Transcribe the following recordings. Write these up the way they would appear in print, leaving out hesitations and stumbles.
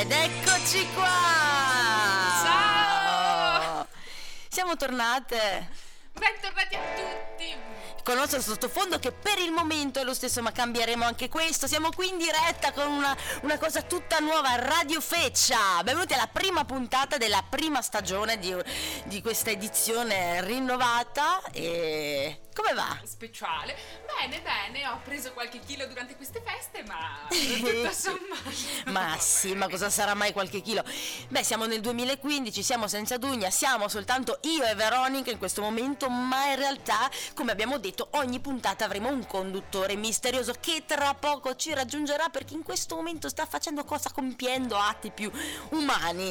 Ed eccoci qua! Ciao! Siamo tornate Bentornati a tutti! con il nostro sottofondo che per il momento è lo stesso, ma cambieremo anche questo. Siamo qui in diretta con una cosa tutta nuova, Radio Feccia. Benvenuti alla prima puntata della prima stagione di questa edizione rinnovata. E come va? Speciale. Bene, ho preso qualche chilo durante queste feste, ma tutto sommato. Ma sì, ma cosa sarà mai qualche chilo? Beh, siamo nel 2015, siamo senza Dugna, siamo soltanto io e Veronica in questo momento, ma in realtà, come abbiamo detto, ogni puntata avremo un conduttore misterioso che tra poco ci raggiungerà, perché in questo momento sta facendo cosa, compiendo atti più umani.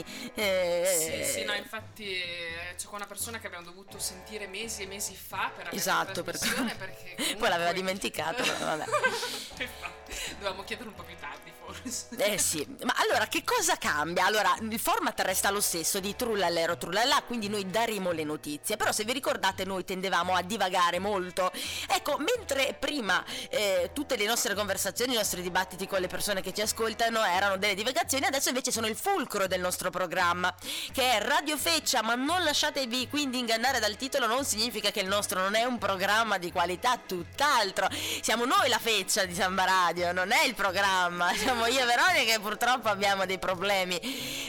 Sì, no, infatti c'è qua una persona che abbiamo dovuto sentire mesi e mesi fa per avere Esatto, la trasmissione, perché comunque... poi l'aveva dimenticato, vabbè. Infatti, dovevamo chiederlo un po' più tardi forse. Sì, ma allora che cosa cambia? Allora, il format resta lo stesso di Trullallero Trullallà, quindi noi daremo le notizie, però se vi ricordate noi tendevamo a divagare molto. Ecco, mentre prima tutte le nostre conversazioni, i nostri dibattiti con le persone che ci ascoltano erano delle divagazioni, adesso invece sono il fulcro del nostro programma, che è Radio Feccia, ma non lasciatevi quindi ingannare dal titolo, non significa che il nostro non è un programma di qualità, tutt'altro. Siamo noi la feccia di Samba Radio, non è il programma, siamo io e Veronica che purtroppo abbiamo dei problemi,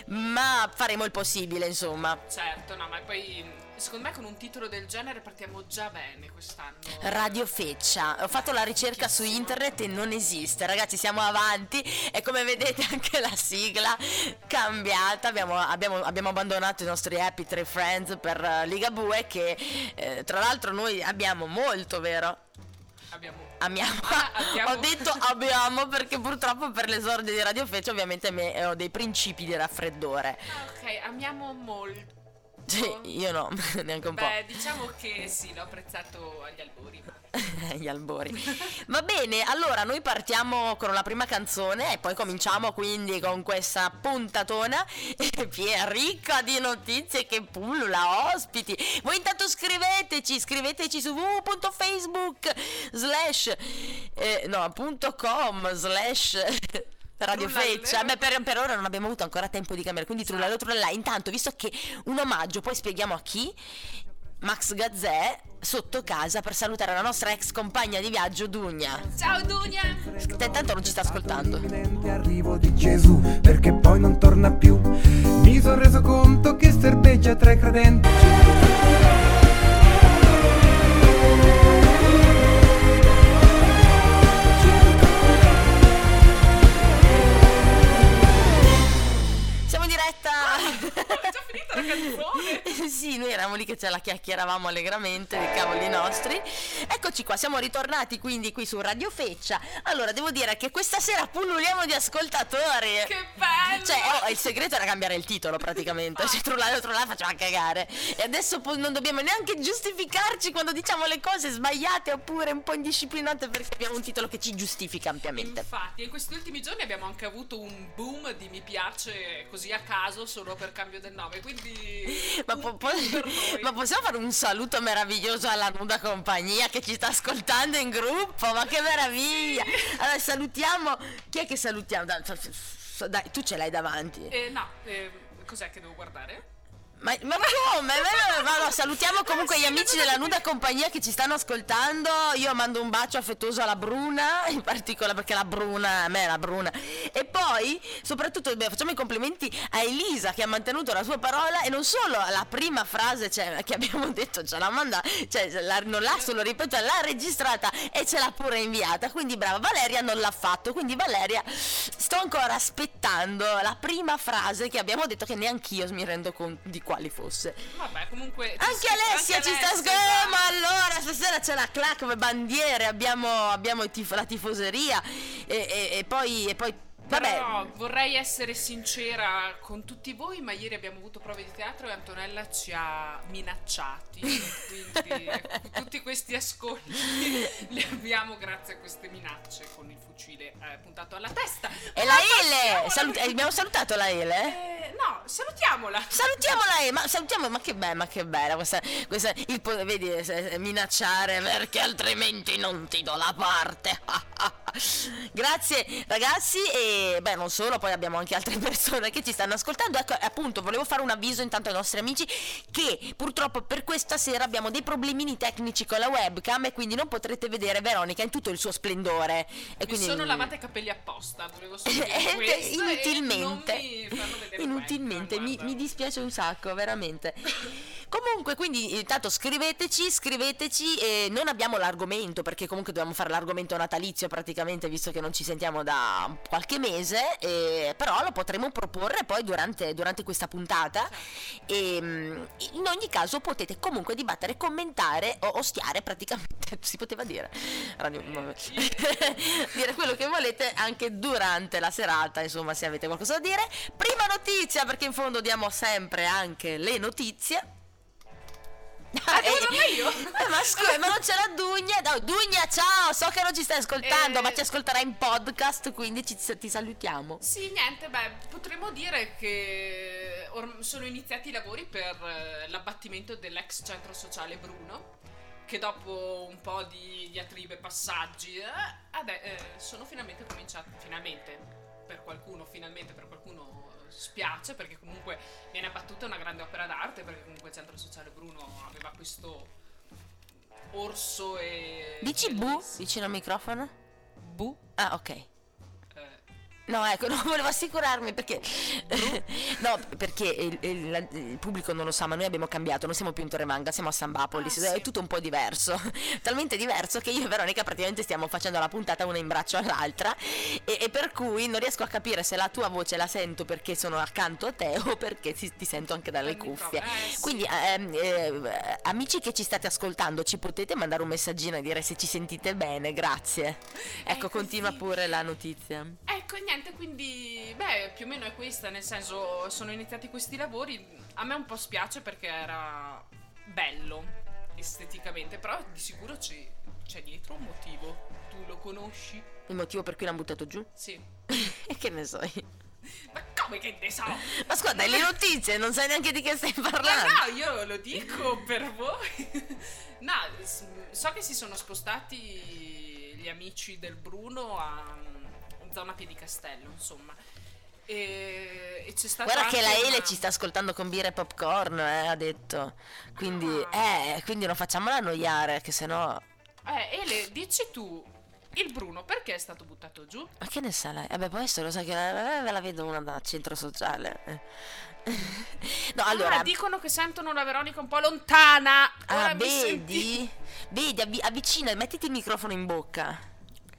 ma faremo il possibile, insomma. Certo, no, ma poi secondo me con un titolo del genere partiamo già bene quest'anno. Radio Feccia, ho fatto la ricerca su internet e non esiste, ragazzi, siamo avanti e come vedete anche la sigla cambiata, abbiamo abbandonato i nostri Happy Tree Friends per Ligabue, che tra l'altro noi abbiamo molto, vero? Amiamo. Ho detto abbiamo perché purtroppo per l'esordio di Radio Feccia ovviamente ho dei principi di raffreddore. Ok, amiamo molto. Sì, io no, neanche un po'. Beh, diciamo che sì, l'ho apprezzato agli albori. Gli albori. Va bene, allora noi partiamo con la prima canzone e poi cominciamo quindi con questa puntatona ricca di notizie che pullula, ospiti. Voi intanto scriveteci su www.facebook.com/ Radio Feccia. Beh, per ora non abbiamo avuto ancora tempo di cambiare, quindi trullallà. Intanto, visto che un omaggio, poi spieghiamo a chi, Max Gazzè sotto casa per salutare la nostra ex compagna di viaggio Dugna. Ciao Dugna! Intanto non ci sta ascoltando. Arrivo di Gesù perché poi non torna più. Mi sono reso conto che serpeggia tra i credenti. Siamo in diretta. È già finita la canzone? Sì, noi eravamo lì che ce la chiacchieravamo allegramente dei cavoli nostri. Eccoci qua, siamo ritornati quindi qui su Radio Feccia. Allora, devo dire che questa sera pulluliamo di ascoltatori. Che bello! Cioè, il segreto era cambiare il titolo praticamente. Se trullare faceva cagare. E adesso non dobbiamo neanche giustificarci quando diciamo le cose sbagliate oppure un po' indisciplinate, perché abbiamo un titolo che ci giustifica ampiamente. Infatti, in questi ultimi giorni abbiamo anche avuto un boom di mi piace così a caso solo per cambio del nome, quindi ma possiamo fare un saluto meraviglioso alla nuda compagnia che ci sta ascoltando in gruppo? Ma che meraviglia! Allora salutiamo, chi è che salutiamo? Dai, tu ce l'hai davanti? Cos'è che devo guardare? Ma come? No, salutiamo comunque gli amici della nuda compagnia che ci stanno ascoltando. Io mando un bacio affettuoso alla Bruna, in particolare perché a me la Bruna. E poi soprattutto facciamo i complimenti a Elisa che ha mantenuto la sua parola, e non solo la prima frase che abbiamo detto ce l'ha mandata, non l'ha solo ripetuta, l'ha registrata e ce l'ha pure inviata, quindi brava. Valeria non l'ha fatto, quindi Valeria, sto ancora aspettando la prima frase che abbiamo detto, che neanch'io mi rendo conto di quali fosse. Vabbè, comunque anche Alessia ci sta esatto. Ma allora stasera c'è la clac come bandiere, abbiamo la tifoseria e poi vabbè. Però vorrei essere sincera con tutti voi, ma ieri abbiamo avuto prove di teatro e Antonella ci ha minacciati, quindi tutti questi ascolti li abbiamo grazie a queste minacce con il fucile puntato alla testa. E la Ele, abbiamo salutato la Ele? No, salutiamola Ele, ma che bella questa vedi, minacciare perché altrimenti non ti do la parte. Grazie ragazzi, e beh, non solo, poi abbiamo anche altre persone che ci stanno ascoltando. Ecco, appunto, volevo fare un avviso intanto ai nostri amici che purtroppo per questa sera abbiamo dei problemini tecnici con la webcam e quindi non potrete vedere Veronica in tutto il suo splendore. E Mi quindi sono lavata i capelli apposta, volevo solo dire questo, inutilmente, e non mi fanno vedere inutilmente, webcam, mi guarda. dispiace un sacco, veramente. Comunque, quindi intanto scriveteci, e non abbiamo l'argomento perché comunque dobbiamo fare l'argomento natalizio praticamente, visto che non ci sentiamo da qualche mese, però lo potremo proporre poi durante questa puntata. E in ogni caso potete comunque dibattere, commentare o ostiare praticamente, si poteva dire dire quello che volete anche durante la serata, insomma, se avete qualcosa da dire. Prima notizia, perché in fondo diamo sempre anche le notizie. Io? Ma scusa, ma non c'è la Dugna? No, Dugna, ciao, so che non ci stai ascoltando, ma ci ascolterai in podcast, quindi ti salutiamo. Sì, niente, potremmo dire che sono iniziati i lavori per l'abbattimento dell'ex centro sociale Bruno, che dopo un po' di diatribe e passaggi sono finalmente cominciati, finalmente per qualcuno spiace, perché comunque viene abbattuta una grande opera d'arte, perché comunque il centro sociale Bruno aveva questo orso e... Dici bu vicino al microfono? Bu? Ah, ok. No, ecco, non volevo assicurarmi perché no, perché il pubblico non lo sa, ma noi abbiamo cambiato, non siamo più in Torremanga, siamo a San Bapolis, è tutto un po' diverso, talmente diverso che io e Veronica praticamente stiamo facendo la puntata una in braccio all'altra e per cui non riesco a capire se la tua voce la sento perché sono accanto a te o perché ti sento anche dalle cuffie. Quindi amici che ci state ascoltando, ci potete mandare un messaggino e dire se ci sentite bene, grazie. Ecco, continua pure la notizia. Ecco, niente, quindi più o meno è questa, nel senso, sono iniziati questi lavori. A me un po' spiace perché era bello esteticamente, però di sicuro c'è dietro un motivo. Tu lo conosci? Il motivo per cui l'hanno buttato giù? Sì. E che ne so io? Ma come che ne so? Ma scusa, dai le notizie, non sai neanche di che stai parlando. No, io lo dico per voi. No, so che si sono spostati gli amici del Bruno a zona Piedicastello, insomma. E c'è stato guarda anche che la Ele ci sta ascoltando con birra e popcorn, ha detto. Quindi quindi non facciamola annoiare, che sennò Ele, dici tu, il Bruno perché è stato buttato giù? ma che ne sa lei? Vabbè, poi adesso lo sa che ve la vedo una da centro sociale. No, allora dicono che sentono la Veronica un po' lontana. Ora vedi, avvicina, mettiti il microfono in bocca.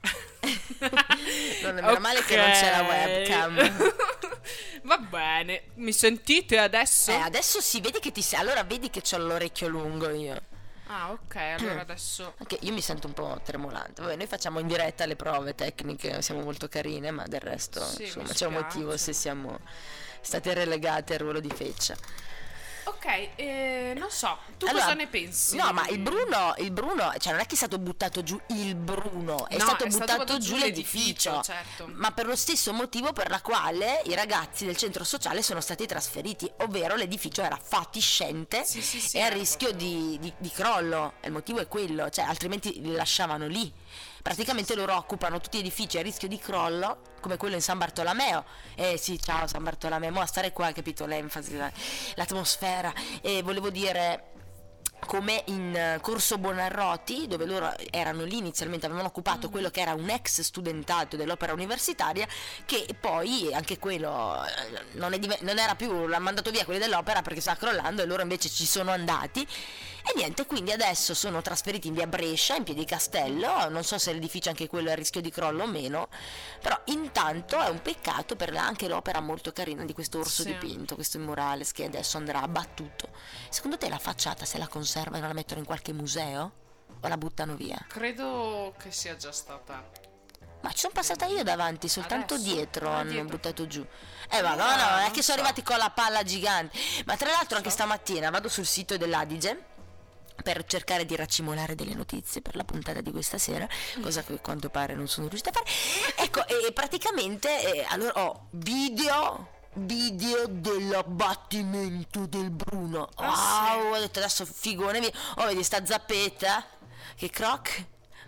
Non è meno male che non c'è la webcam. Va bene, mi sentite adesso? Adesso si vede che allora vedi che c'ho l'orecchio lungo io. Ah, ok, allora adesso Anche io mi sento un po' tremolante. Vabbè, noi facciamo in diretta le prove tecniche, siamo molto carine, ma del resto insomma c'è un motivo se siamo state relegate al ruolo di feccia. Ok, non so, tu allora, cosa ne pensi? No, ma il Bruno, cioè non è che è stato buttato giù il Bruno, è stato buttato giù l'edificio, certo. Ma per lo stesso motivo per la quale i ragazzi del centro sociale sono stati trasferiti, ovvero l'edificio era fatiscente e a rischio di crollo, e il motivo è quello, cioè altrimenti li lasciavano lì. Praticamente loro occupano tutti gli edifici a rischio di crollo, come quello in San Bartolomeo. Sì, ciao San Bartolomeo, mo a stare qua, capito, l'enfasi, l'atmosfera. E volevo dire, come in Corso Buonarroti, dove loro erano lì inizialmente, avevano occupato quello che era un ex studentato dell'opera universitaria, che poi anche quello non era più, l'ha mandato via quelli dell'opera perché stava crollando, e loro invece ci sono andati. E niente, quindi adesso sono trasferiti in via Brescia, in Piedicastello. Non so se l'edificio anche quello è a rischio di crollo o meno, però intanto è un peccato per anche l'opera molto carina di questo orso dipinto, questo murales che adesso andrà abbattuto. Secondo te la facciata se la conservano, la mettono in qualche museo o la buttano via? Credo che sia già stata. Ma ci sono passata io davanti, soltanto Adesso? dietro hanno Dietro. buttato giù. No, è che sono arrivati con la palla gigante. Ma tra l'altro anche stamattina vado sul sito dell'Adige per cercare di raccimolare delle notizie per la puntata di questa sera, cosa che a quanto pare non sono riuscita a fare. Ecco, e praticamente allora ho video dell'abbattimento del Bruno. Wow, ho detto adesso figone mio. Vedi sta zappetta che croc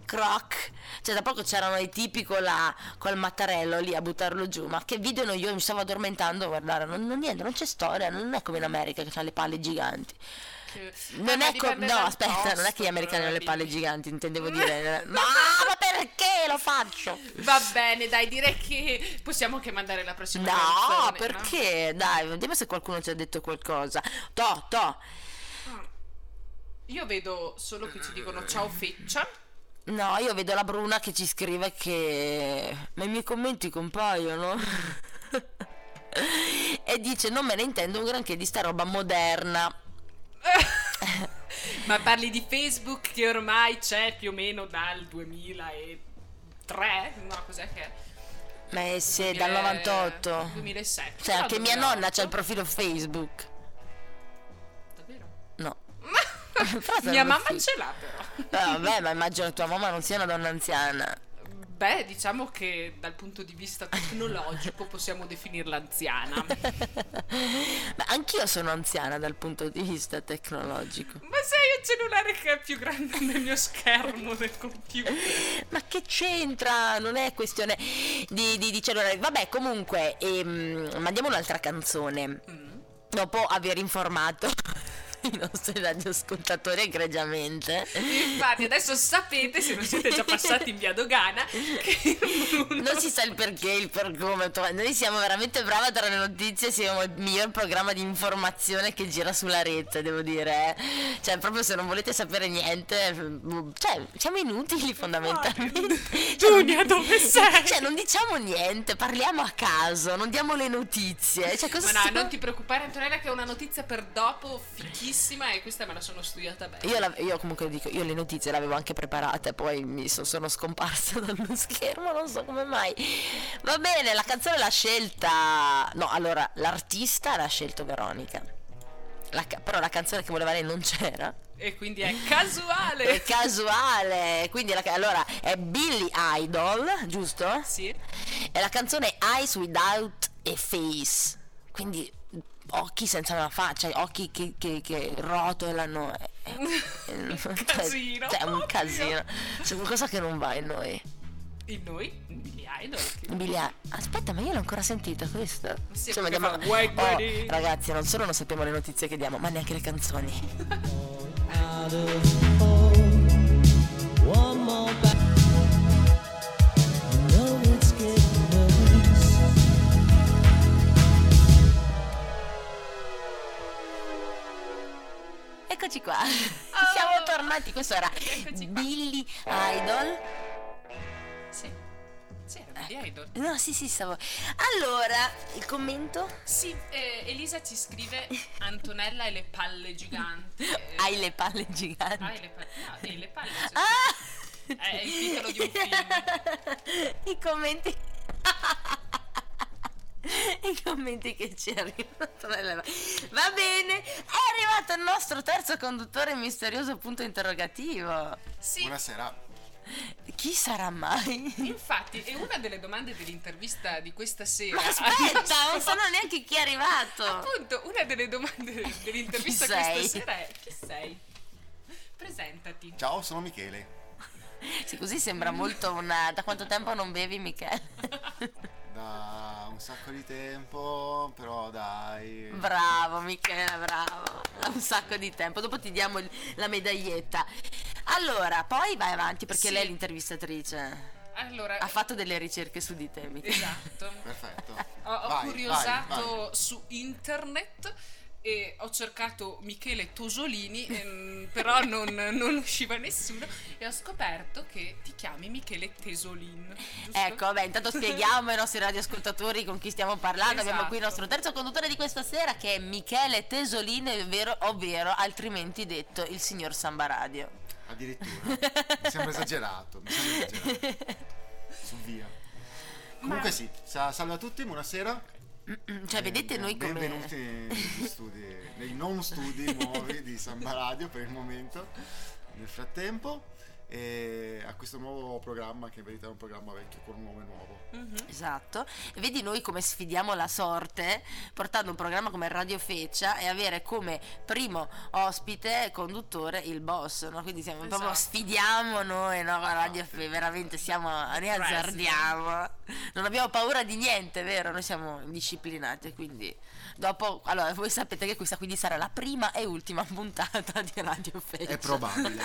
croc, cioè da poco c'erano i tipi col mattarello lì a buttarlo giù, ma che videono, io mi stavo addormentando a guardare, niente, non c'è storia, non è come in America che hanno le palle giganti. Non è no, aspetta, non è che gli americani hanno le palle giganti, intendevo dire. Ma perché lo faccio? Va bene, dai, direi che possiamo anche mandare la prossima canzone. No, perché? Dai, vediamo se qualcuno ci ha detto qualcosa. To. Io vedo solo che ci dicono ciao Feccia. No, io vedo la Bruna che ci scrive che ma i miei commenti compaiono. E dice non me ne intendo un granché di sta roba moderna. Ma parli di Facebook che ormai c'è più o meno dal 2003? No, cos'è che è? Ma sì, dal 98. 2007. Cioè anche mia nonna c'ha il profilo Facebook. Davvero? No. Mia mamma ce l'ha però. Vabbè, ma immagino che tua mamma non sia una donna anziana. Beh, diciamo che dal punto di vista tecnologico possiamo definirla anziana. Ma anch'io sono anziana dal punto di vista tecnologico. Ma sei un cellulare che è più grande del mio schermo del computer. Ma che c'entra? Non è questione di cellulare. Vabbè, comunque, mandiamo un'altra canzone. Dopo aver informato i nostri radioascoltatori egregiamente. Infatti adesso sapete, se non siete già passati in via Dogana, che non si sa il perché, il per come. Noi siamo veramente bravi a dare le notizie, siamo il miglior programma di informazione che gira sulla rete, devo dire. Cioè proprio se non volete sapere niente, cioè siamo inutili fondamentalmente. Dunia, dove sei? Cioè non diciamo niente, parliamo a caso, non diamo le notizie. Cioè, cosa ma no, non ti preoccupare Antonella, che è una notizia per dopo fichissima, e questa me la sono studiata bene. Io comunque dico, io le notizie le avevo anche preparate, poi sono scomparsa dallo schermo, non so come mai. Va bene, la canzone l'ha scelta, no, allora l'artista l'ha scelto Veronica, però la canzone che voleva lei non c'era. E quindi è casuale. È casuale. Quindi allora è Billy Idol, giusto? Sì. E la canzone Eyes Without a Face. Quindi occhi senza una faccia, occhi che rotolano. Un casino. Cioè un casino. C'è qualcosa che non va in noi. In noi? Billy Idol? Aspetta, ma io l'ho ancora sentita questa. Sì, Insomma, ragazzi, non solo non sappiamo le notizie che diamo, ma neanche le canzoni. Eccoci qua. Siamo tornati. Questo era Billy Idol. Sì, era Billy Idol. No, sì, stavo. Allora, il commento? Sì, Elisa ci scrive Antonella e le palle giganti. Hai le palle giganti. Hai le palle. No, e le palle. Ah! È il titolo di un film. I commenti. I commenti che ci arrivano. Va bene, è arrivato il nostro terzo conduttore misterioso, punto interrogativo. Sì. Buonasera. Chi sarà mai? Infatti è una delle domande dell'intervista di questa sera. Ma aspetta, non so neanche chi è arrivato. Appunto, una delle domande dell'intervista questa sera è: chi sei? Presentati. Ciao, sono Michele. Sì, così sembra molto Da quanto tempo non bevi, Michele? Da un sacco di tempo, però dai. Bravo Michele, bravo. Da un sacco di tempo. Dopo ti diamo la medaglietta. Allora, poi vai avanti perché sì. Lei è l'intervistatrice. Allora, ha fatto delle ricerche su di te, Michele. Esatto. Perfetto. Ho curiosato su internet e ho cercato Michele Tosolini, però non usciva nessuno, e ho scoperto che ti chiami Michele Tesolin, giusto? Ecco, vabbè, intanto spieghiamo ai nostri radioascoltatori con chi stiamo parlando. Esatto. Abbiamo qui il nostro terzo conduttore di questa sera, che è Michele Tesolin, ovvero altrimenti detto il signor Samba Radio. Addirittura. Mi sembra esagerato. Su via. Comunque sì, salve a tutti, buonasera. Cioè, vedete noi come... Benvenuti negli studi, nei non studi nuovi di Samba Radio per il momento. Nel frattempo, e a questo nuovo programma, che in verità è un programma vecchio con un nome nuovo. Esatto, e vedi noi come sfidiamo la sorte portando un programma come Radio Feccia e avere come primo ospite conduttore il boss, no? Quindi siamo proprio, sfidiamo noi, no? Radio Feccia, veramente riazzardiamo, non abbiamo paura di niente, vero? Noi siamo disciplinati, quindi dopo, allora voi sapete che questa quindi sarà la prima e ultima puntata di Radio Feccia. È probabile.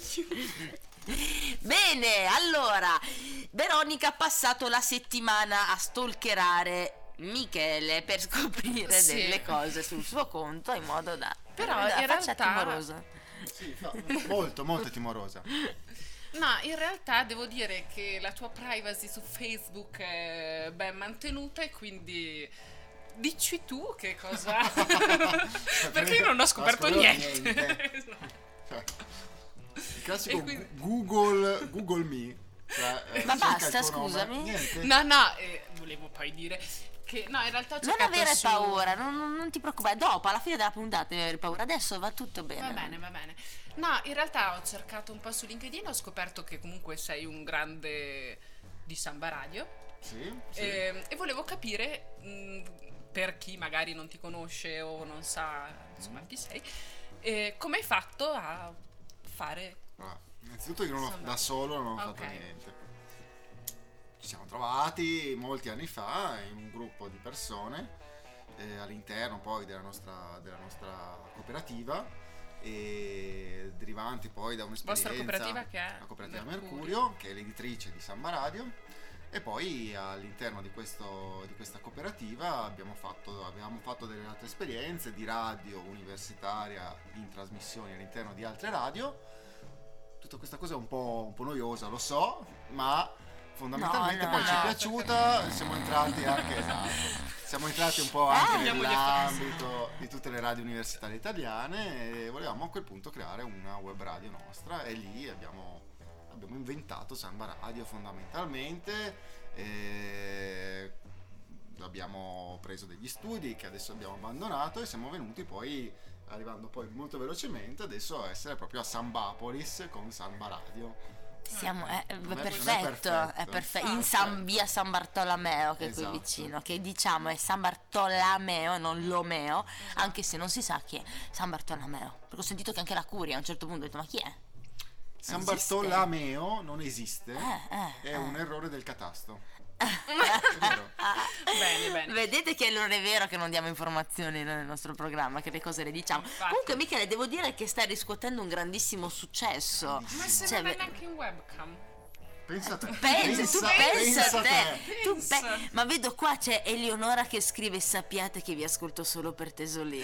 Bene, allora Veronica ha passato la settimana a stalkerare Michele per scoprire delle cose sul suo conto in modo da però in faccia realtà timorosa. Sì, molto timorosa. No, in realtà devo dire che la tua privacy su Facebook è ben mantenuta e quindi dici tu che cosa. Perché io non ho scoperto niente. Cioè, il classico quindi... Google Me. Cioè, ma basta, scusami. No, volevo poi dire che no, in realtà ho non cercato avere paura, non ti preoccupare, dopo alla fine della puntata devi avere paura, adesso va tutto bene. Va bene. No, in realtà ho cercato un po' su LinkedIn, ho scoperto che comunque sei un grande di Samba Radio. Sì. E volevo capire, per chi magari non ti conosce o non sa insomma chi sei, come hai fatto a fare. Innanzitutto io da solo non ho fatto niente. Ci siamo trovati molti anni fa in un gruppo di persone all'interno poi della nostra cooperativa, e derivanti poi da un'esperienza. Vostra cooperativa che è? La cooperativa Mercurio, che è l'editrice di Samba Radio. E poi all'interno di questa cooperativa abbiamo fatto delle altre esperienze di radio universitaria in trasmissioni all'interno di altre radio. Tutta questa cosa è un po' noiosa, lo so, ma fondamentalmente poi ci è piaciuta. Siamo entrati un po' anche nell'ambito di tutte le radio universitarie italiane e volevamo a quel punto creare una web radio nostra, e lì abbiamo inventato Samba Radio fondamentalmente. Abbiamo preso degli studi che adesso abbiamo abbandonato e siamo venuti poi, arrivando poi molto velocemente adesso a essere proprio a Sambapolis con Samba Radio. Siamo è perfetto in via San Bartolomeo, che è qui vicino, che diciamo è San Bartolomeo, non Lomeo, anche se non si sa chi è San Bartolomeo, perché ho sentito che anche la Curia a un certo punto ha detto ma chi è? San Bartolomeo non esiste, è un errore del catasto. Bene. Vedete che non è vero che non diamo informazioni nel nostro programma, che le cose le diciamo. Infatti. Comunque Michele, devo dire che stai riscuotendo un grandissimo successo. Ma se non è neanche in webcam. Pensa a te. Pensa a te. Ma vedo qua c'è Eleonora che scrive: sappiate che vi ascolto solo per Tesolino.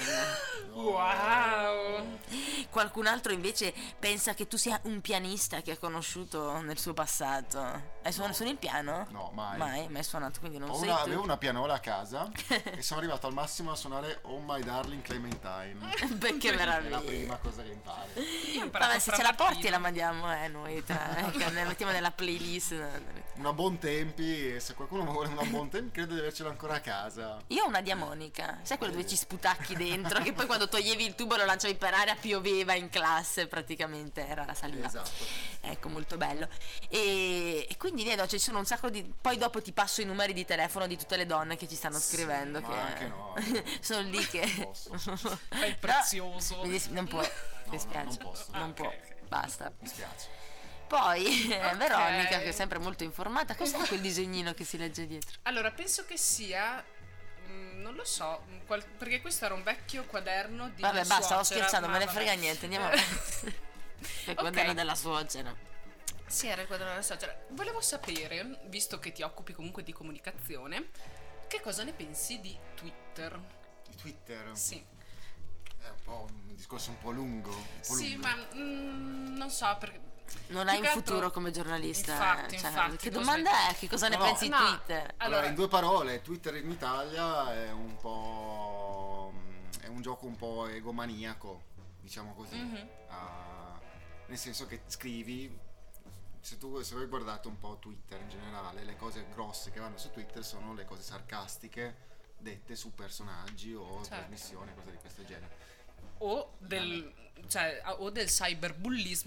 Wow. Qualcun altro invece pensa che tu sia un pianista che ha conosciuto nel suo passato. Suoni il piano? No, mai Mai suonato, quindi non sei tu. Avevo una pianola a casa e sono arrivato al massimo a suonare Oh My Darling Clementine. Che meraviglia. È la prima cosa che impari. Vabbè, se ce la porti la mandiamo noi ne mettiamo nella playlist. Una buon tempi, e se qualcuno vuole una buon tempi credo di avercela ancora a casa. Io ho una diamonica, sai quello dove ci sputacchi dentro, che poi quando toglievi il tubo lo lanciavi per aria, pioveva in classe, praticamente era la saliva. Esatto. Ecco, molto bello. E quindi vedo, ci sono un sacco di. Poi dopo ti passo i numeri di telefono di tutte le donne che ci stanno scrivendo. Ma che anche no. sono lì che. È il prezioso. Non può. Mi spiace. non posso. Non può. Ok. Basta. Mi spiace. Poi Veronica, che è sempre molto informata, cos'è quel disegnino che si legge dietro? Allora, penso che sia non lo so, perché questo era un vecchio quaderno di Vabbè, basta, stavo suocera, scherzando, ma me ne vabbè. frega niente, andiamo avanti. Il quaderno della suocera. Sì, era il quaderno della suocera. Volevo sapere, visto che ti occupi comunque di comunicazione, che cosa ne pensi di Twitter? Di Twitter? Sì. È un discorso un po' lungo. Sì, ma non so perché. Non hai un futuro come giornalista. Infatti, che domanda è? Che cosa ne pensi di Twitter? Allora, in due parole, Twitter in Italia è un po'. È un gioco un po' egomaniaco, diciamo così. Nel senso che scrivi. Se voi guardate un po' Twitter in generale, le cose grosse che vanno su Twitter sono le cose sarcastiche dette su personaggi o trasmissioni, cose di questo genere. O del cyberbullismo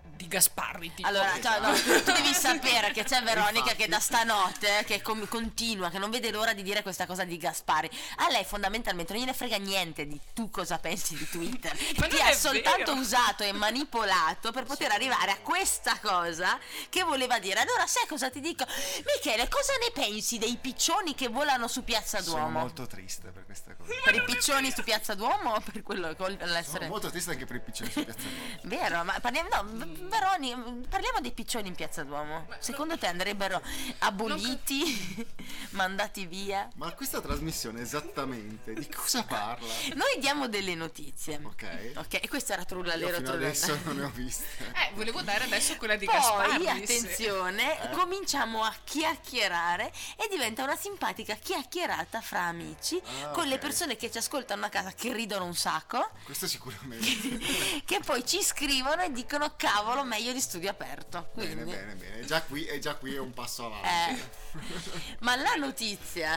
di Gasparri. Tipo. Allora, cioè, no, tu devi sapere che c'è Veronica Infatti. che da stanotte che continua, che non vede l'ora di dire questa cosa di Gasparri. A lei fondamentalmente non gliene frega niente di tu cosa pensi di Twitter. Ma Ti non ha è soltanto vero. usato e manipolato per poter arrivare a questa cosa che voleva dire. Allora, sai cosa ti dico? Michele, cosa ne pensi dei piccioni che volano su Piazza Sono Duomo? molto triste per questa cosa. Per i piccioni su Piazza Duomo o per quello con Sono l'essere... molto triste anche per i piccini su Piazza Duomo. Vero, ma parliamo, no, Veroni, parliamo dei piccioni in Piazza Duomo. Secondo te andrebbero aboliti, mandati via? Ma questa trasmissione esattamente di cosa parla? Noi diamo delle notizie. Ok. Ok, e questa era Io Trullalero fino adesso non ne ho viste. Volevo dare adesso quella di Poi, Gasparri. attenzione, cominciamo a chiacchierare e diventa una simpatica chiacchierata fra amici con le ok. persone che ci ascoltano a casa che ridono un sacco, Questo sicuramente. che poi ci scrivono e dicono cavolo, meglio di studio aperto. Bene, Quindi, bene. Già qui è un passo avanti. ma la notizia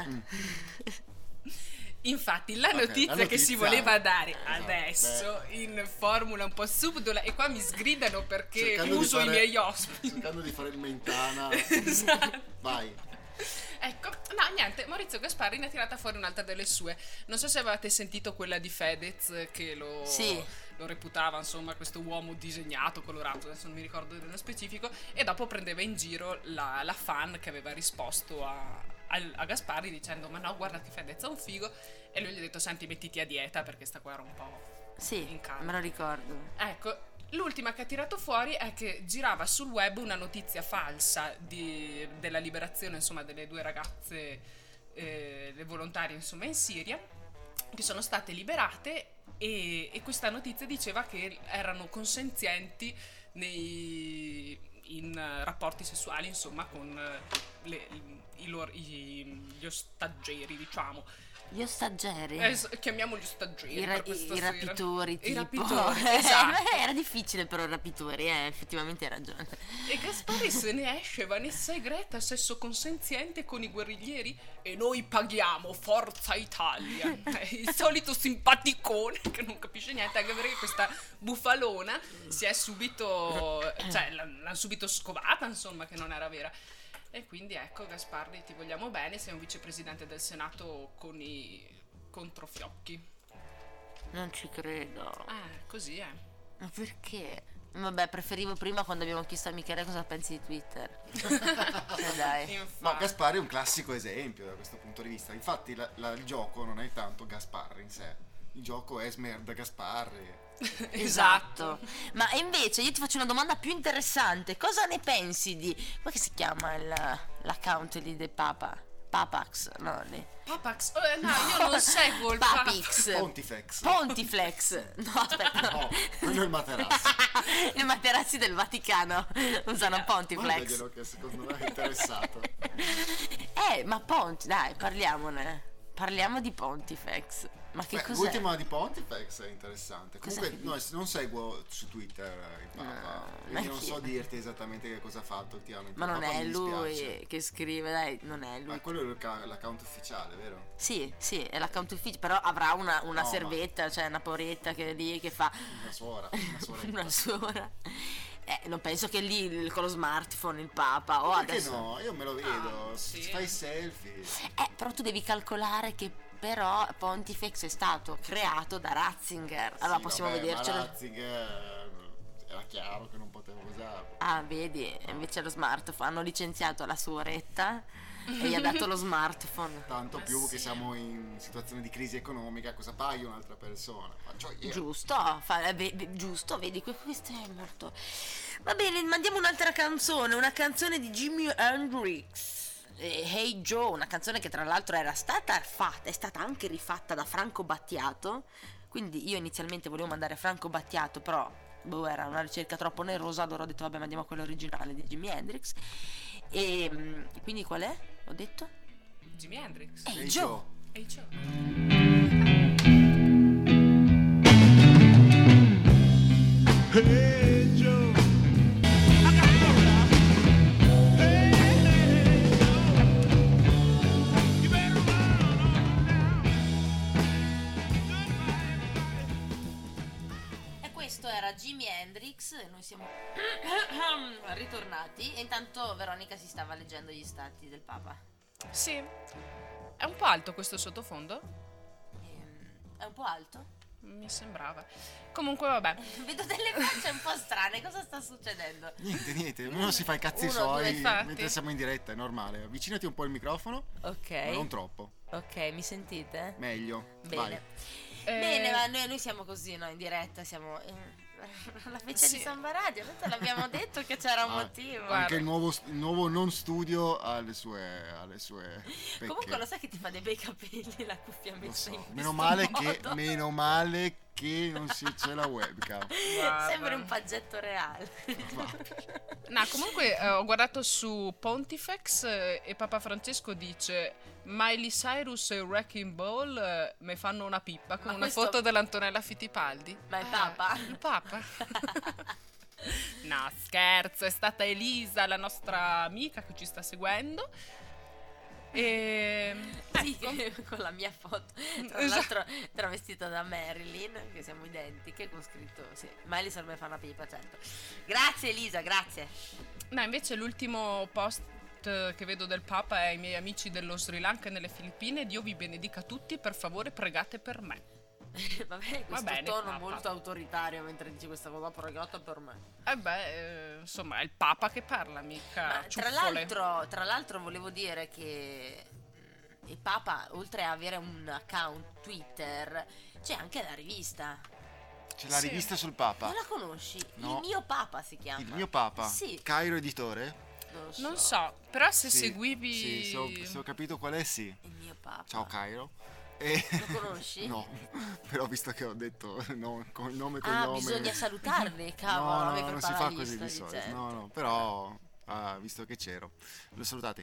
Infatti, la Ok, notizia la che si notizia- voleva dare Esatto, adesso in formula un po' subdola, e qua mi sgridano perché Cercando di uso i fare- miei ospiti. Cercando di fare il mentana. Esatto. Vai. Ecco, no, niente, Maurizio Gasparri ne ha tirata fuori un'altra delle sue. Non so se avevate sentito quella di Fedez che lo reputava, insomma, questo uomo disegnato, colorato, adesso non mi ricordo nello specifico, e dopo prendeva in giro la fan che aveva risposto a Gasparri dicendo ma no, guarda che Fedez è un figo, e lui gli ha detto senti, mettiti a dieta perché sta qua era un po' sì, in calma. me lo ricordo. Ecco, l'ultima che ha tirato fuori è che girava sul web una notizia falsa della liberazione, insomma, delle due ragazze, le volontarie, insomma, in Siria, che sono state liberate, e questa notizia diceva che erano consenzienti in rapporti sessuali, insomma, con gli ostaggeri, diciamo. Gli ostaggeri. Chiamiamoli ostaggeri I per questa sera. rapitori tipo. I rapitori, esatto. Era difficile però i rapitori, effettivamente hai ragione. E Gasparri se ne esce, Vanessa e Greta, sesso consenziente con i guerriglieri e noi paghiamo, Forza Italia. Il solito simpaticone che non capisce niente, anche perché questa bufalona si è subito, cioè l'hanno subito scovata, insomma, che non era vera. E quindi ecco, Gasparri, ti vogliamo bene, sei un vicepresidente del Senato con i controfiocchi. Non ci credo. Così è. Ma perché? Vabbè, preferivo prima quando abbiamo chiesto a Michele cosa pensi di Twitter. Dai. No, Infatti. Gasparri è un classico esempio da questo punto di vista. Infatti il gioco non è tanto Gasparri in sé. Il gioco è smerda Gasparri. Esatto. Ma invece io ti faccio una domanda più interessante. Cosa ne pensi di... come che si chiama l'account lì del Papa? Papax, no, lì. Papax? No, io non seguo il Papa. Papix. Pontifex. Pontiflex. No, aspetta. No, quello è il Materazzi. I materazzi del Vaticano usano Pontiflex. Guardaglielo che secondo me è interessato. Ma dai, parliamone. Parliamo di Pontifex. Ma che cos'è? L'ultima di Pontifex è interessante. Cos'è Comunque che no, non seguo su Twitter il Papa, No, quindi non neanch'io. so dirti esattamente che cosa ha fatto ultimamente. Ma Il non Papa è mi lui dispiace. che scrive, dai, non è lui. Ma quello è l'account ufficiale, vero? Sì, è l'account ufficiale, però avrà una No, servetta, cioè una poretta che lì che fa Una suora. una suora. Non penso che lì con lo smartphone il Papa o Perché adesso. no? Io me lo vedo. sì. Fai selfie. Però tu devi calcolare che però Pontifex è stato creato da Ratzinger. Allora Sì, possiamo vabbè, vedercelo. Ma Ratzinger era chiaro che non potevo usarlo. Ah, vedi, invece lo smartphone hanno licenziato la suoretta e gli ha dato lo smartphone. Tanto più che siamo in situazione di crisi economica, cosa paghi un'altra persona? Faccio io. Giusto, giusto, vedi, questo è molto. Va bene, mandiamo un'altra canzone, una canzone di Jimi Hendrix. Hey Joe, una canzone che tra l'altro è stata anche rifatta da Franco Battiato. Quindi io inizialmente volevo mandare Franco Battiato, però era una ricerca troppo onerosa, allora ho detto vabbè, mandiamo quello originale di Jimi Hendrix. E quindi qual è? Ho detto? Jimi Hendrix. Hey Hey Joe. Ehi, ciao. Hey Joe, I got to go now. Hey Joe, you better run on down. E questo era Jimi Hendrix e noi siamo ritornati e intanto Veronica si stava leggendo gli stati del Papa. Sì. È un po' alto questo sottofondo? È un po' alto? Mi sembrava. Comunque vabbè. Vedo delle facce un po' strane, cosa sta succedendo? Niente, ognuno si fa i cazzi Uno, suoi due, infatti. mentre siamo in diretta, è normale. Avvicinati un po' il microfono, Ok. ma non troppo. Ok, mi sentite? Meglio. Bene. Vai. Bene, ma noi siamo così, no? In diretta siamo la feccia Sì. di Samba Radio. Noi te l'abbiamo detto che c'era un Ah, motivo. guarda. Anche il nuovo non studio ha le sue pecche. Comunque lo sai che ti fa dei bei capelli la cuffia Lo messa so. in questo Meno male modo. che non c'è la webcam. Guarda. Sembra un paggetto reale. No, comunque ho guardato su Pontifex e Papa Francesco dice Miley Cyrus e Wrecking Ball mi fanno una pippa con Ma una questo- foto dell'Antonella Fittipaldi. Ma il Papa? Il Papa? No, scherzo, è stata Elisa, la nostra amica che ci sta seguendo. E Sì, ecco. che- con la mia foto. Tra Esatto. l'altro travestita da Marilyn, che siamo identiche, con scritto sì, Miley serve fa una pipa, certo. Grazie Elisa, grazie. No, invece l'ultimo post che vedo del Papa è ai miei amici dello Sri Lanka e nelle Filippine. Dio vi benedica tutti, per favore pregate per me. Vabbè, questo bene, tono Papa. molto autoritario mentre dici questa cosa pregata per me. Insomma, è il Papa che parla, mica Ma ciuffole. tra l'altro volevo dire che il Papa, oltre a avere un account Twitter, c'è anche la rivista. C'è la Sì. rivista sul Papa. Non la conosci? No. Il mio Papa si chiama. Il mio Papa. Sì. Cairo Editore. Non lo so. Non so, però se Sì, seguivi... Sì, se ho capito qual è, sì. Il mio Papa. Ciao Cairo. E... Lo conosci? No, però visto che ho detto no, con il nome e Ah, cognome. bisogna salutarli, cavolo. No, avevi non si preparato fa la così lista di di solito. gente. No, però visto che c'ero, l'ho salutati.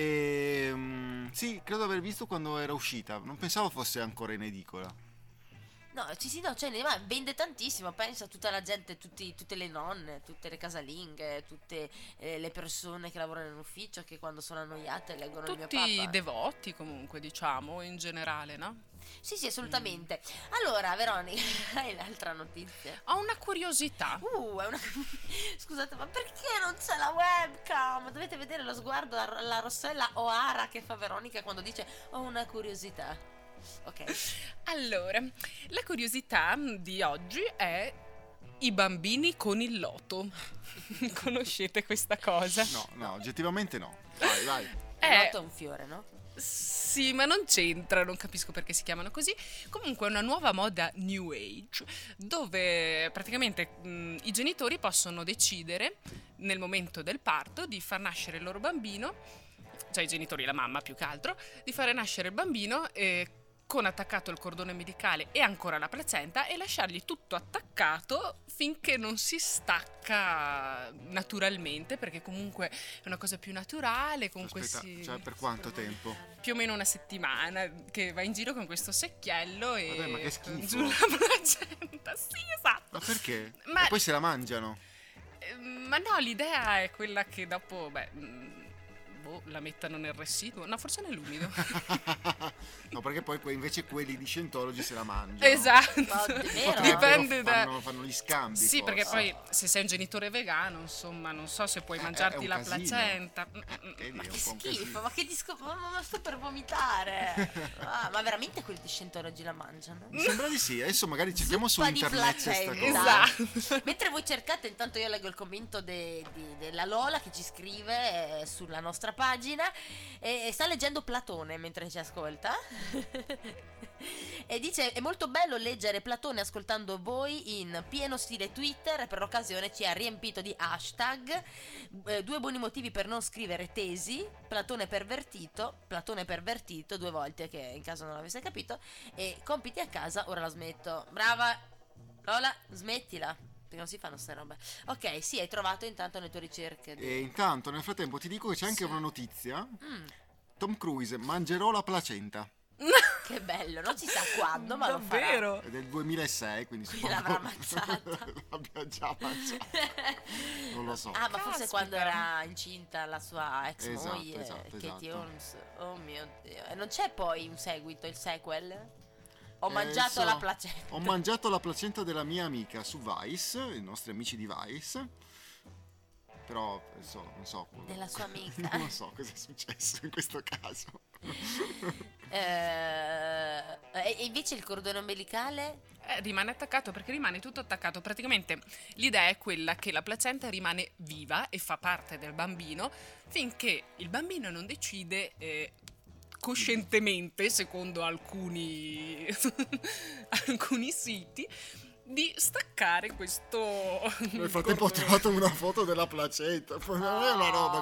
E sì, credo aver visto quando era uscita. Non pensavo fosse ancora in edicola. No, no, cioè, ma vende tantissimo. Pensa a tutta la gente, tutte le nonne, tutte le casalinghe, tutte le persone che lavorano in ufficio che quando sono annoiate leggono il mio Tutti Papa. devoti comunque, diciamo, in generale, no? Sì, assolutamente. Allora, Veronica, hai l'altra notizia? Ho una curiosità. È una... Scusate, ma perché non c'è la webcam? Dovete vedere lo sguardo alla Rossella O'Hara che fa Veronica quando dice ho una curiosità. Ok. Allora, la curiosità di oggi è i bambini con il loto. Conoscete questa cosa? No, oggettivamente no. Vai. Il È lotto è un fiore, no? Sì, ma non c'entra, non capisco perché si chiamano così. Comunque è una nuova moda New Age, dove praticamente i genitori possono decidere nel momento del parto di far nascere il loro bambino, cioè i genitori, la mamma più che altro, di fare nascere il bambino con attaccato il cordone ombelicale e ancora la placenta e lasciargli tutto attaccato finché non si stacca naturalmente, perché comunque è una cosa più naturale, comunque Aspetta, cioè per quanto tempo? più o meno una settimana che va in giro con questo secchiello e Vabbè, ma che con schifo. giù la placenta. Sì, esatto. Ma perché? Ma- E poi se la mangiano. Ma no, l'idea è quella che dopo, la mettano nel residuo. No, forse nell'umido. No, perché poi invece quelli di Scientology se la mangiano. Esatto. Ma vero? Potrebbero, Dipende da... fanno gli scambi. Sì, forse. perché poi se sei un genitore vegano, insomma, non so se puoi è mangiarti un la casino. placenta. Che lì è Che un po' un schifo, casino. ma che ma sto per vomitare. Ma veramente quelli di Scientology la mangiano? Mi sembra di sì. Adesso magari cerchiamo su Zuppa di internet questa placenta. cosa. Esatto. Mentre voi cercate, intanto io leggo il commento della Lola che ci scrive sulla nostra pagina e sta leggendo Platone mentre ci ascolta e dice è molto bello leggere Platone ascoltando voi in pieno stile Twitter e per l'occasione ci ha riempito di hashtag 2 buoni motivi per non scrivere tesi, Platone pervertito 2 volte che in caso non l'avesse capito e compiti a casa, ora la smetto. Brava Lola, smettila perché non si fanno queste robe. Ok, sì, hai trovato intanto le tue ricerche E intanto nel frattempo ti dico che c'è anche una notizia. Mm, Tom Cruise mangerò la placenta. che bello, non si sa quando, ma lo farà. Davvero? È del 2006, quindi Quindi l'avrà suppongo mangiata. l'abbia già mangiata. Non lo so. Ah, ma forse Caspita. quando era incinta la sua ex Esatto, moglie, esatto, Katie esatto. Holmes. Oh mio Dio. E non c'è poi un seguito, il sequel? Ho mangiato la placenta. Ho mangiato la placenta della mia amica su Vice, i nostri amici di Vice. Però non so. Della sua amica. Non so cosa è successo in questo caso. E invece il cordone ombelicale? Rimane attaccato, perché rimane tutto attaccato. Praticamente l'idea è quella che la placenta rimane viva e fa parte del bambino finché il bambino non decide coscientemente, secondo alcuni siti, di staccare questo. Nel frattempo ho trovato una foto della placenta. Non è una roba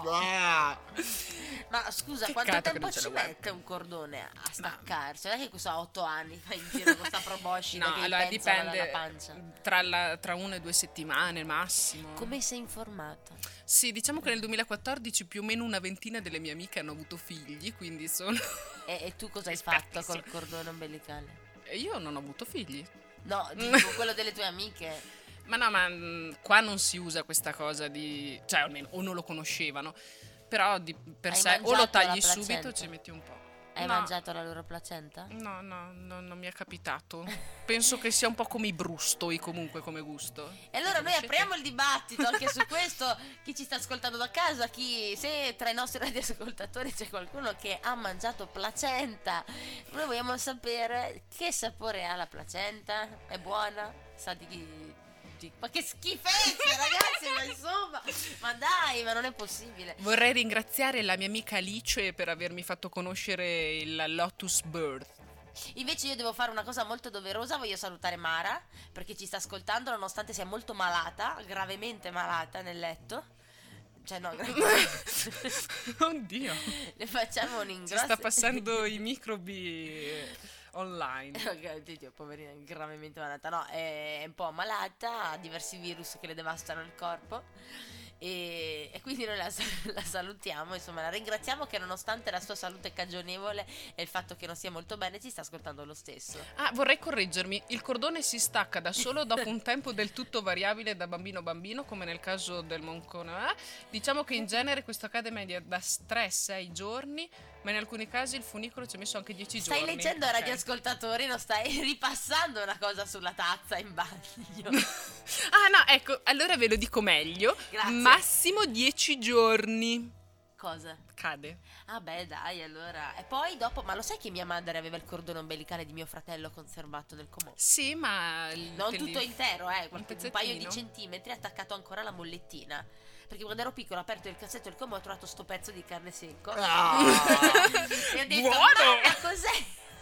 che. Ma scusa, Peccato quanto che tempo non ce ci lo guardi. mette un cordone a staccarsi? Non è che questo ha 8 anni fa in giro con sta proboscide No, che allora gli penzola dalla dipende pancia. tra 1 e 2 settimane massimo. Come sei informata? Sì, diciamo che nel 2014 più o meno una ventina delle mie amiche hanno avuto figli, quindi sono. E tu cosa hai Esperti, fatto col sì. cordone ombelicale? E io non ho avuto figli. No, dico quello delle tue amiche. Ma no, qua non si usa questa cosa di. Cioè, almeno, o non lo conoscevano. Però per Hai sé o lo mangiato tagli la placenta? subito o ci metti un po'. Hai No. mangiato la loro placenta? No, non mi è capitato. Penso che sia un po' come i brustoli, comunque, come gusto. E allora noi apriamo il dibattito anche su questo. Chi ci sta ascoltando da casa, se tra i nostri radioascoltatori c'è qualcuno che ha mangiato placenta, noi vogliamo sapere che sapore ha la placenta. È buona? Sa ma che schifezze, ragazzi, ma insomma, ma dai, ma non è possibile. Vorrei ringraziare la mia amica Alice per avermi fatto conoscere il Lotus Birth. Invece io devo fare una cosa molto doverosa, voglio salutare Mara perché ci sta ascoltando nonostante sia molto malata, gravemente malata nel letto. Cioè no, Oddio. le facciamo un Ci ingrosso. sta passando i microbi online. Ok, Dio, poverina, è gravemente malata. No, è un po' malata, ha diversi virus che le devastano il corpo. E quindi noi la salutiamo, insomma, la ringraziamo che nonostante la sua salute cagionevole e il fatto che non sia molto bene, ci sta ascoltando lo stesso. Ah, vorrei correggermi. Il cordone si stacca da solo dopo un tempo del tutto variabile da bambino a bambino, come nel caso del moncone. Diciamo che in genere questo accade media da 3-6 giorni, ma in alcuni casi il funicolo ci ha messo anche 10 giorni. Stai leggendo Ok. radioascoltatori, non stai ripassando una cosa sulla tazza in bagno. Ah no, ecco, allora ve lo dico meglio. Grazie. Massimo 10 giorni. Cosa? Cade. Ah beh dai, allora. E poi dopo, ma lo sai che mia madre aveva il cordone ombelicale di mio fratello conservato nel comò? Sì, ma Non tutto intero, un pezzettino. paio di centimetri attaccato ancora alla mollettina. Perché quando ero piccola ho aperto il cassetto del comò e ho trovato sto pezzo di carne secco. Ah, E ho detto, Buono! mamma, cos'è?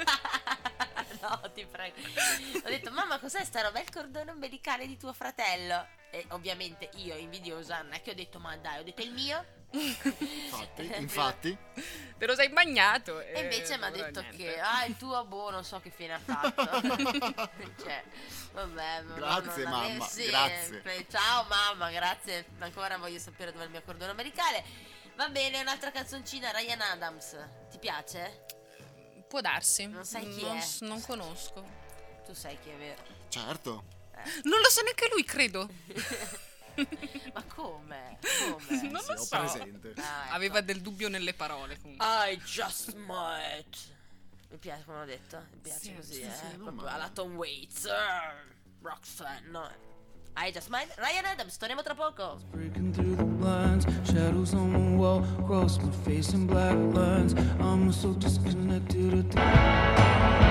No, ti prego. Ho detto, mamma, cos'è sta roba? È il cordone ombelicale di tuo fratello. E ovviamente io, invidiosa, non è che ho detto, ma dai, ho detto, è il mio? infatti. Te lo sei bagnato. E invece mi ha detto niente. che il tuo boh, non so che fine ha fatto. Cioè, vabbè, Grazie, non mamma, sì, grazie. ciao mamma, grazie. Ancora voglio sapere dove è il mio cordone ombelicale. Va bene, un'altra canzoncina, Ryan Adams. Ti piace? Può darsi. Non sai chi è? Non conosco. Tu sai chi è, vero? Certo. Non lo sa neanche lui, credo. Ma come? Non Sì, lo ho so. presente. Ah, ecco. Aveva del dubbio nelle parole. Comunque. I just might. Mi piace come ho detto. Mi piace Sì, così, sì, sì, non proprio male. alla Tom Waits. Roxanne, no. I just might. Ryan Adams, torniamo tra poco. Breaking through the blinds, shadows on the wall, cross my face in black lines. I'm so disconnected at the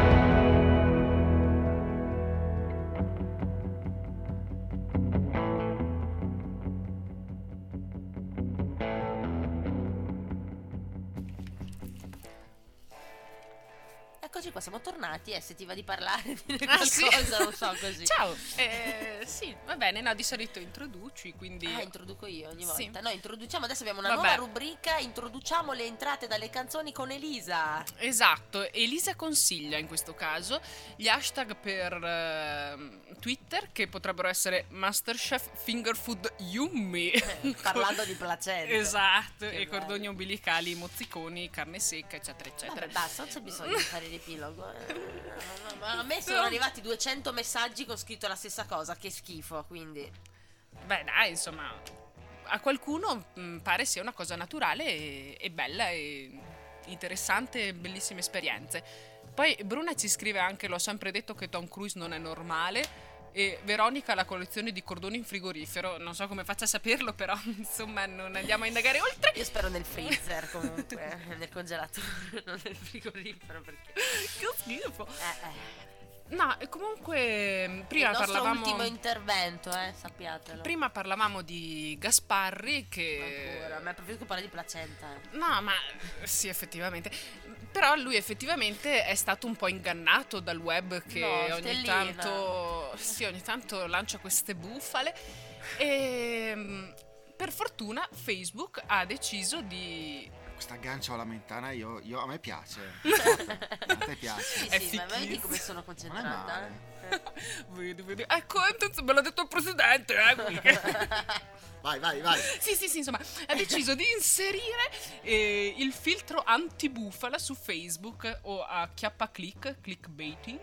Eccoci qua, siamo tornati e se ti va di parlare di Ah, sì? qualcosa, non so così. Ciao. Sì, va bene. No, di solito introduci, quindi. Introduco io ogni volta. Sì. No, introduciamo, adesso abbiamo una Vabbè. nuova rubrica, introduciamo le entrate dalle canzoni con Elisa. Esatto, Elisa consiglia in questo caso gli hashtag per Twitter che potrebbero essere Masterchef Fingerfood Yummy. Parlando di placenta. Esatto, Che e bello. cordoni ombelicali, mozziconi, carne secca, eccetera, eccetera. Vabbè, basta, non c'è bisogno di fare l'epilogo. Ma a me sono arrivati 200 messaggi con scritto la stessa cosa, che schifo, quindi. Beh, dai, insomma, a qualcuno pare sia una cosa naturale e bella interessante, bellissime esperienze. Poi Bruna ci scrive anche: l'ho sempre detto che Tom Cruise non è normale. E Veronica ha la collezione di cordoni in frigorifero. Non so come faccia a saperlo, però insomma non andiamo a indagare oltre. Io spero nel freezer comunque, nel congelatore, non nel frigorifero, perché Che schifo. eh. No, e comunque prima il nostro parlavamo ultimo intervento, sappiatelo. prima parlavamo di Gasparri che Ancora, ma preferisco parlare di placenta. no, ma sì, effettivamente. Però lui effettivamente è stato un po' ingannato dal web che No, ogni stellina. tanto lancia queste bufale e per fortuna Facebook ha deciso di Questa aggancio alla mentana a me piace. A te piace? Sì, È sì, ma vedi fichissimo. come sono Non è concentrata? male. vedi. Ecco, me l'ha detto il presidente, qui. Vai. Sì, insomma, ha deciso di inserire il filtro antibufala su Facebook o a clickbaiting.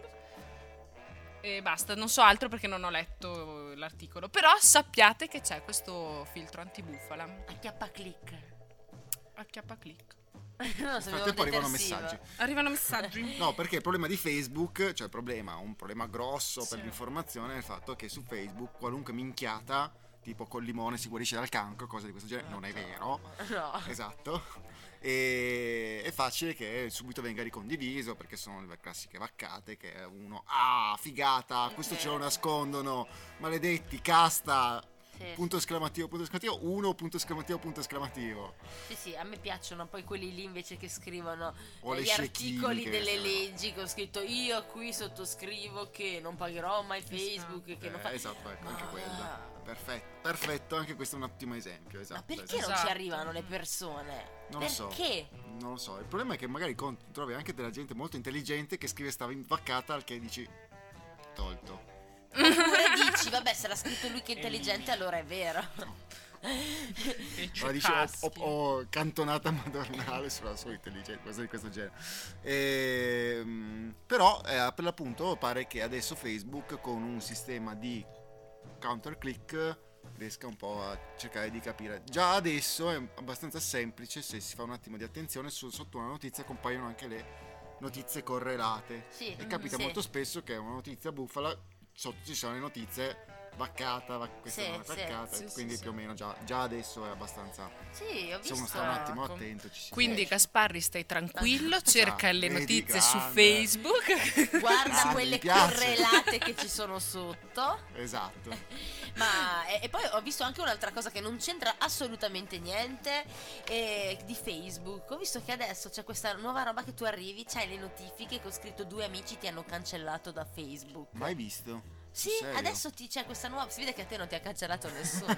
E basta, non so altro perché non ho letto l'articolo. Però sappiate che c'è questo filtro antibufala. Acchiappa click. A click. No, Nel sapevo frattempo arrivano detersivo. messaggi. Arrivano messaggi. No, perché il problema di Facebook, cioè un problema grosso Sì. per l'informazione è il fatto che su Facebook qualunque minchiata, tipo col limone si guarisce dal cancro, cose di questo genere, non è vero. No. Esatto. E è facile che subito venga ricondiviso perché sono le classiche vaccate che uno figata, questo ce lo nascondono, maledetti, casta, Sì, punto esclamativo, 1, punto esclamativo. sì, a me piacciono poi quelli lì invece che scrivono O le gli scettine articoli che delle sono- leggi che ho scritto io qui sottoscrivo che non pagherò mai Facebook, che non fa... Esatto, ecco, anche Ah. quella. Perfetto, anche questo è un ottimo esempio, Ma esatto. perché esatto. non ci Esatto. arrivano le persone? Non lo so. Perché? Non lo so, il problema è che magari trovi anche della gente molto intelligente che scrive stava invaccata al che dici tolto. Oppure dici, vabbè, se l'ha scritto lui che è intelligente, allora è vero. E Allora dici ho cantonata madornale sulla sua intelligenza, cose di questo genere. Però per l'appunto pare che adesso Facebook con un sistema di counter click riesca un po' a cercare di capire. Già adesso è abbastanza semplice, se si fa un attimo di attenzione, sotto una notizia compaiono anche le notizie correlate. Sì, E capita sì. molto spesso che una notizia bufala, sotto ci sono le notizie vaccata, questa Sì, non è sì, vaccata, sì, quindi sì, più o meno già adesso è abbastanza. Sì, ho Se uno visto. sta un attimo Ecco. attento ci si Quindi riesce. Gasparri, stai tranquillo, cerca le vedi, notizie su grande. Facebook. Guarda Ah, quelle mi piace. correlate che ci sono sotto. Esatto. Ma e poi ho visto anche un'altra cosa che non c'entra assolutamente niente di Facebook. Ho visto che adesso c'è questa nuova roba che tu arrivi, c'hai le notifiche che ho scritto 2 amici ti hanno cancellato da Facebook. Mai visto? Sì, Sul serio? adesso c'è questa nuova. Si vede che a te non ti ha cancellato nessuno.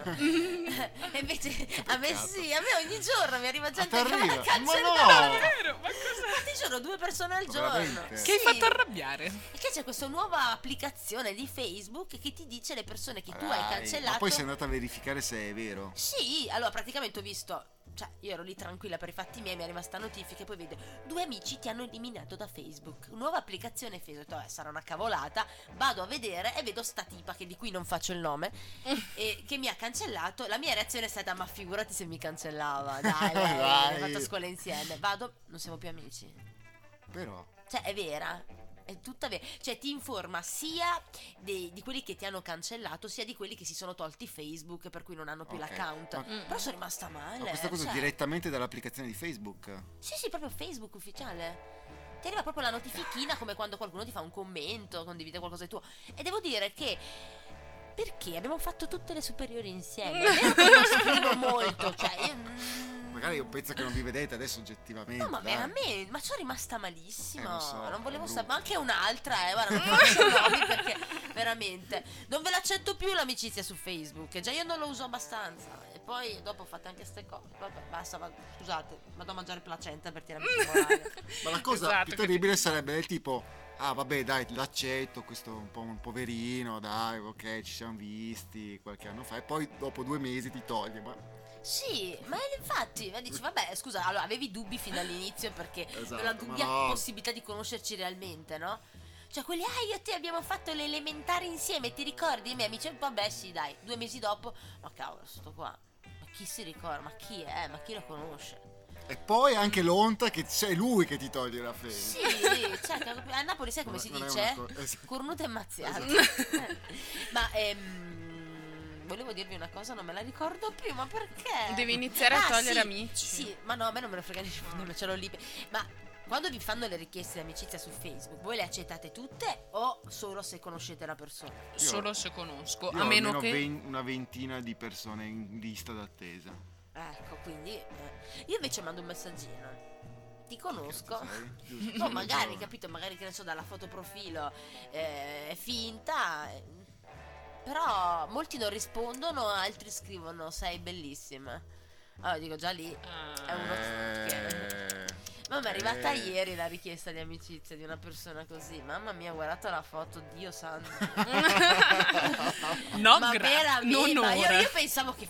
E invece a me peccato. sì, a me ogni giorno mi arriva gente ti che mi ha arriva? cancellato. Ma no! Vero, ma cosa? Ma ti giuro, 2 persone al giorno. Veramente? Che hai Sì. fatto arrabbiare? E che c'è questa nuova applicazione di Facebook che ti dice le persone che tu hai Dai, cancellato. Ma poi sei andata a verificare se è vero. Sì, allora praticamente ho visto, cioè io ero lì tranquilla per i fatti miei, mi è rimasta notifica e poi vedo 2 amici ti hanno eliminato da Facebook. Nuova applicazione Facebook, ho detto, sarà una cavolata. Vado a vedere e vedo sta tipa che di cui non faccio il nome e che mi ha cancellato. La mia reazione è stata ma figurati se mi cancellava. Dai, Dai. abbiamo fatto a scuola insieme. Vado, non siamo più amici. Però. Cioè è vera. È tutta vera. Cioè ti informa sia di quelli che ti hanno cancellato sia di quelli che si sono tolti Facebook per cui non hanno più Ok. l'account. Ma- Però sono rimasta male. Ma questa cosa cioè. direttamente dall'applicazione di Facebook? Sì, proprio Facebook ufficiale. Ti arriva proprio la notifichina come quando qualcuno ti fa un commento, condivide qualcosa di tuo. E devo dire che perché abbiamo fatto tutte le superiori insieme. È vero che non scrivo molto, cioè Magari un pezzo che non vi vedete adesso oggettivamente. No, ma dai. veramente, ma sono rimasta malissimo. Lo so, non volevo è sapere, brutto. ma anche un'altra, guarda, non faccio nomi perché veramente non ve l'accetto più l'amicizia su Facebook. Già io non lo uso abbastanza. E poi dopo fate anche ste cose. Vabbè, basta, scusate, vado a mangiare placenta per tirarmi su morale. Ma la cosa Esatto, più che terribile sarebbe del tipo: ah, vabbè, dai, l'accetto, questo è un po' un poverino, dai, ok, ci siamo visti qualche anno fa. E poi dopo 2 mesi ti toglie. Ma Sì, ma infatti, dici, vabbè, scusa, allora avevi dubbi fin dall'inizio perché Esatto, la dubbia ma no. possibilità di conoscerci realmente, no? Cioè quelli, io e te abbiamo fatto le elementari insieme, ti ricordi? I miei amici, vabbè sì dai, 2 mesi dopo, ma cavolo, sto qua, ma chi si ricorda? Ma chi è? Ma chi lo conosce? E poi anche l'onta che c'è lui che ti toglie la fede. Sì, cioè, a Napoli sai come si Non è dice? una esatto. Cornuto e mazziato. Ma volevo dirvi una cosa, non me la ricordo più, ma perché? Devi iniziare a togliere sì, amici. Sì, ma no, a me non me ne frega niente, ce l'ho lì. Ma quando vi fanno le richieste di amicizia su Facebook, voi le accettate tutte o solo se conoscete la persona? Solo se conosco, Io a ho meno almeno che... una ventina di persone in lista d'attesa. Ecco, quindi io invece mando un messaggino. Ti conosco. Sai? Giusto. No, magari, capito, magari che ne so, dalla foto profilo è finta. Però molti non rispondono, altri scrivono sei bellissima. Allora dico già lì è uno che... Ma mi è arrivata ieri la richiesta di amicizia di una persona così. Mamma mia, ho guardato la foto, Dio santo. No, Ma veramente, non ma ora. io pensavo che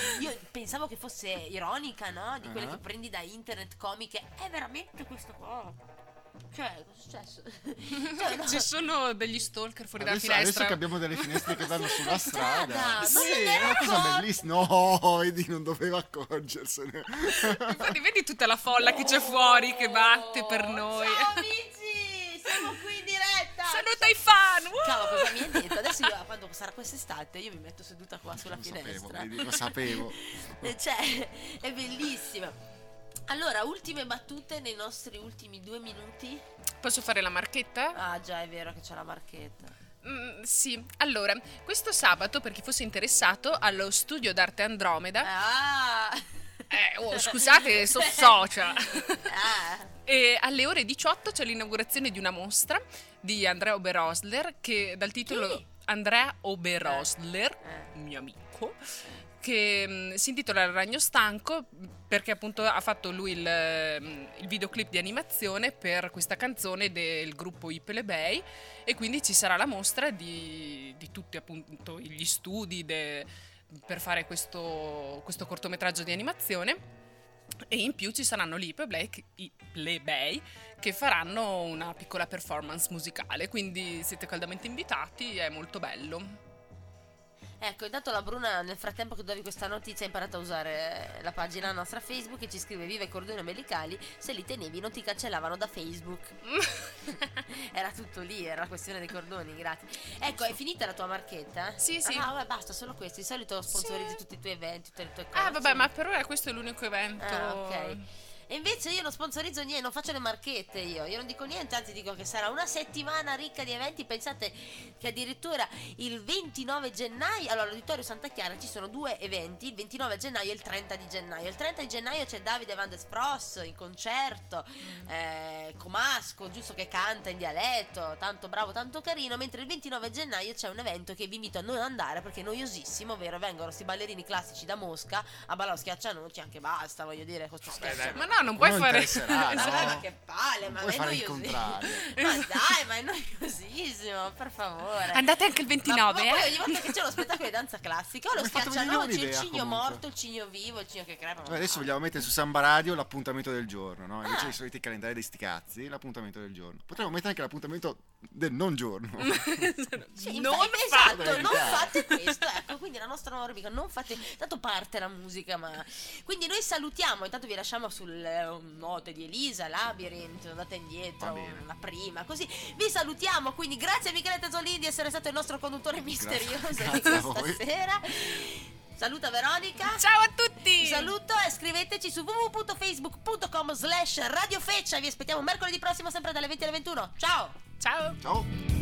fosse ironica, no? Di quelle che prendi da internet comiche. È veramente questo qua. Cioè, cosa è successo? Cioè, no. Ci sono degli stalker fuori Adesso, dalla finestra. che abbiamo delle finestre che danno sulla strada. Ma Sì, non me ne è una cosa accorgo. bellissima. No, Edi non doveva accorgersene. Infatti vedi tutta la folla che c'è fuori che batte per noi. Ciao amici, siamo qui in diretta. Saluta i fan. Cavolo, cosa mi hai detto? Adesso io, quando sarà quest'estate, io mi metto seduta qua sulla Lo sapevo, finestra. vedi, lo sapevo. Cioè, è bellissima. Allora, ultime battute nei nostri ultimi 2 minuti. Posso fare la marchetta? Ah, già, è vero che c'è la marchetta. Sì, allora, questo sabato, per chi fosse interessato, allo studio d'arte Andromeda, Ah! scusate, sono socia. Ah! E alle ore 18 c'è l'inaugurazione di una mostra di Andrea Oberosler, che dal titolo Chi? Andrea Oberosler, mio amico, che si intitola Il ragno stanco, perché appunto ha fatto lui il videoclip di animazione per questa canzone del gruppo I Plebei, e quindi ci sarà la mostra di tutti appunto gli studi per fare questo cortometraggio di animazione. E in più ci saranno lì i plebei che faranno una piccola performance musicale, quindi siete caldamente invitati, è molto bello. Ecco, intanto la Bruna nel frattempo che davi questa notizia ha imparato a usare la pagina nostra Facebook e ci scrive: viva i cordoni ombelicali, se li tenevi non ti cancellavano da Facebook. Era tutto lì, era la questione dei cordoni, grazie. Ecco, è finita la tua marchetta? Sì, sì. Ah, vabbè, basta, solo questo. Di solito sponsorizzi Sì. tutti i tuoi eventi, tutte le tue cose. Ah vabbè, ma per ora questo è l'unico evento. Ah, ok. E invece io non sponsorizzo niente, non faccio le marchette io non dico niente, anzi dico che sarà una settimana ricca di eventi. Pensate che addirittura il 29 gennaio, allora all'Auditorio Santa Chiara ci sono 2 eventi, il 29 gennaio e il 30 di gennaio. Il 30 di gennaio c'è Davide Van der Spross in concerto, Comasco, giusto, che canta in dialetto, tanto bravo, tanto carino, mentre il 29 gennaio c'è un evento che vi invito a non andare perché è noiosissimo, ovvero vengono questi ballerini classici da Mosca a ballare schiaccianoci, anche basta, voglio dire, questo schiaccianoci. Ma no, non puoi Non fare. interesserà, no? Vabbè, ma che palle, ma puoi è fare il noiosissimo. contrario. Ma dai, ma è noiosissimo, per favore. Andate anche il 29, ma poi ogni volta che c'è lo spettacolo di danza classica o lo Mi hai fatto venire schiaccianoci, il un'idea, cigno comunque. morto, il cigno vivo, il cigno che crepa. Noi adesso vogliamo mettere su Samba Radio l'appuntamento del giorno, no? Invece dei soliti calendari di sti cazzi, l'appuntamento del giorno. Potremmo mettere anche l'appuntamento del non giorno. Sì, non esatto, fate. non fate questo, ecco, quindi la nostra nuova rubrica, non fate, tanto parte la musica, ma quindi noi salutiamo, intanto vi lasciamo sulle note di Elisa, Labyrinth, andate indietro, Va bene. la prima, così vi salutiamo, quindi grazie a Michele Tesolini di essere stato il nostro conduttore misterioso di Grazie a questa voi. sera. Saluta Veronica. Ciao a tutti. Vi saluto e scriveteci su www.facebook.com/radiofeccia. Vi aspettiamo mercoledì prossimo sempre dalle 20 alle 21. Ciao. Ciao. Ciao.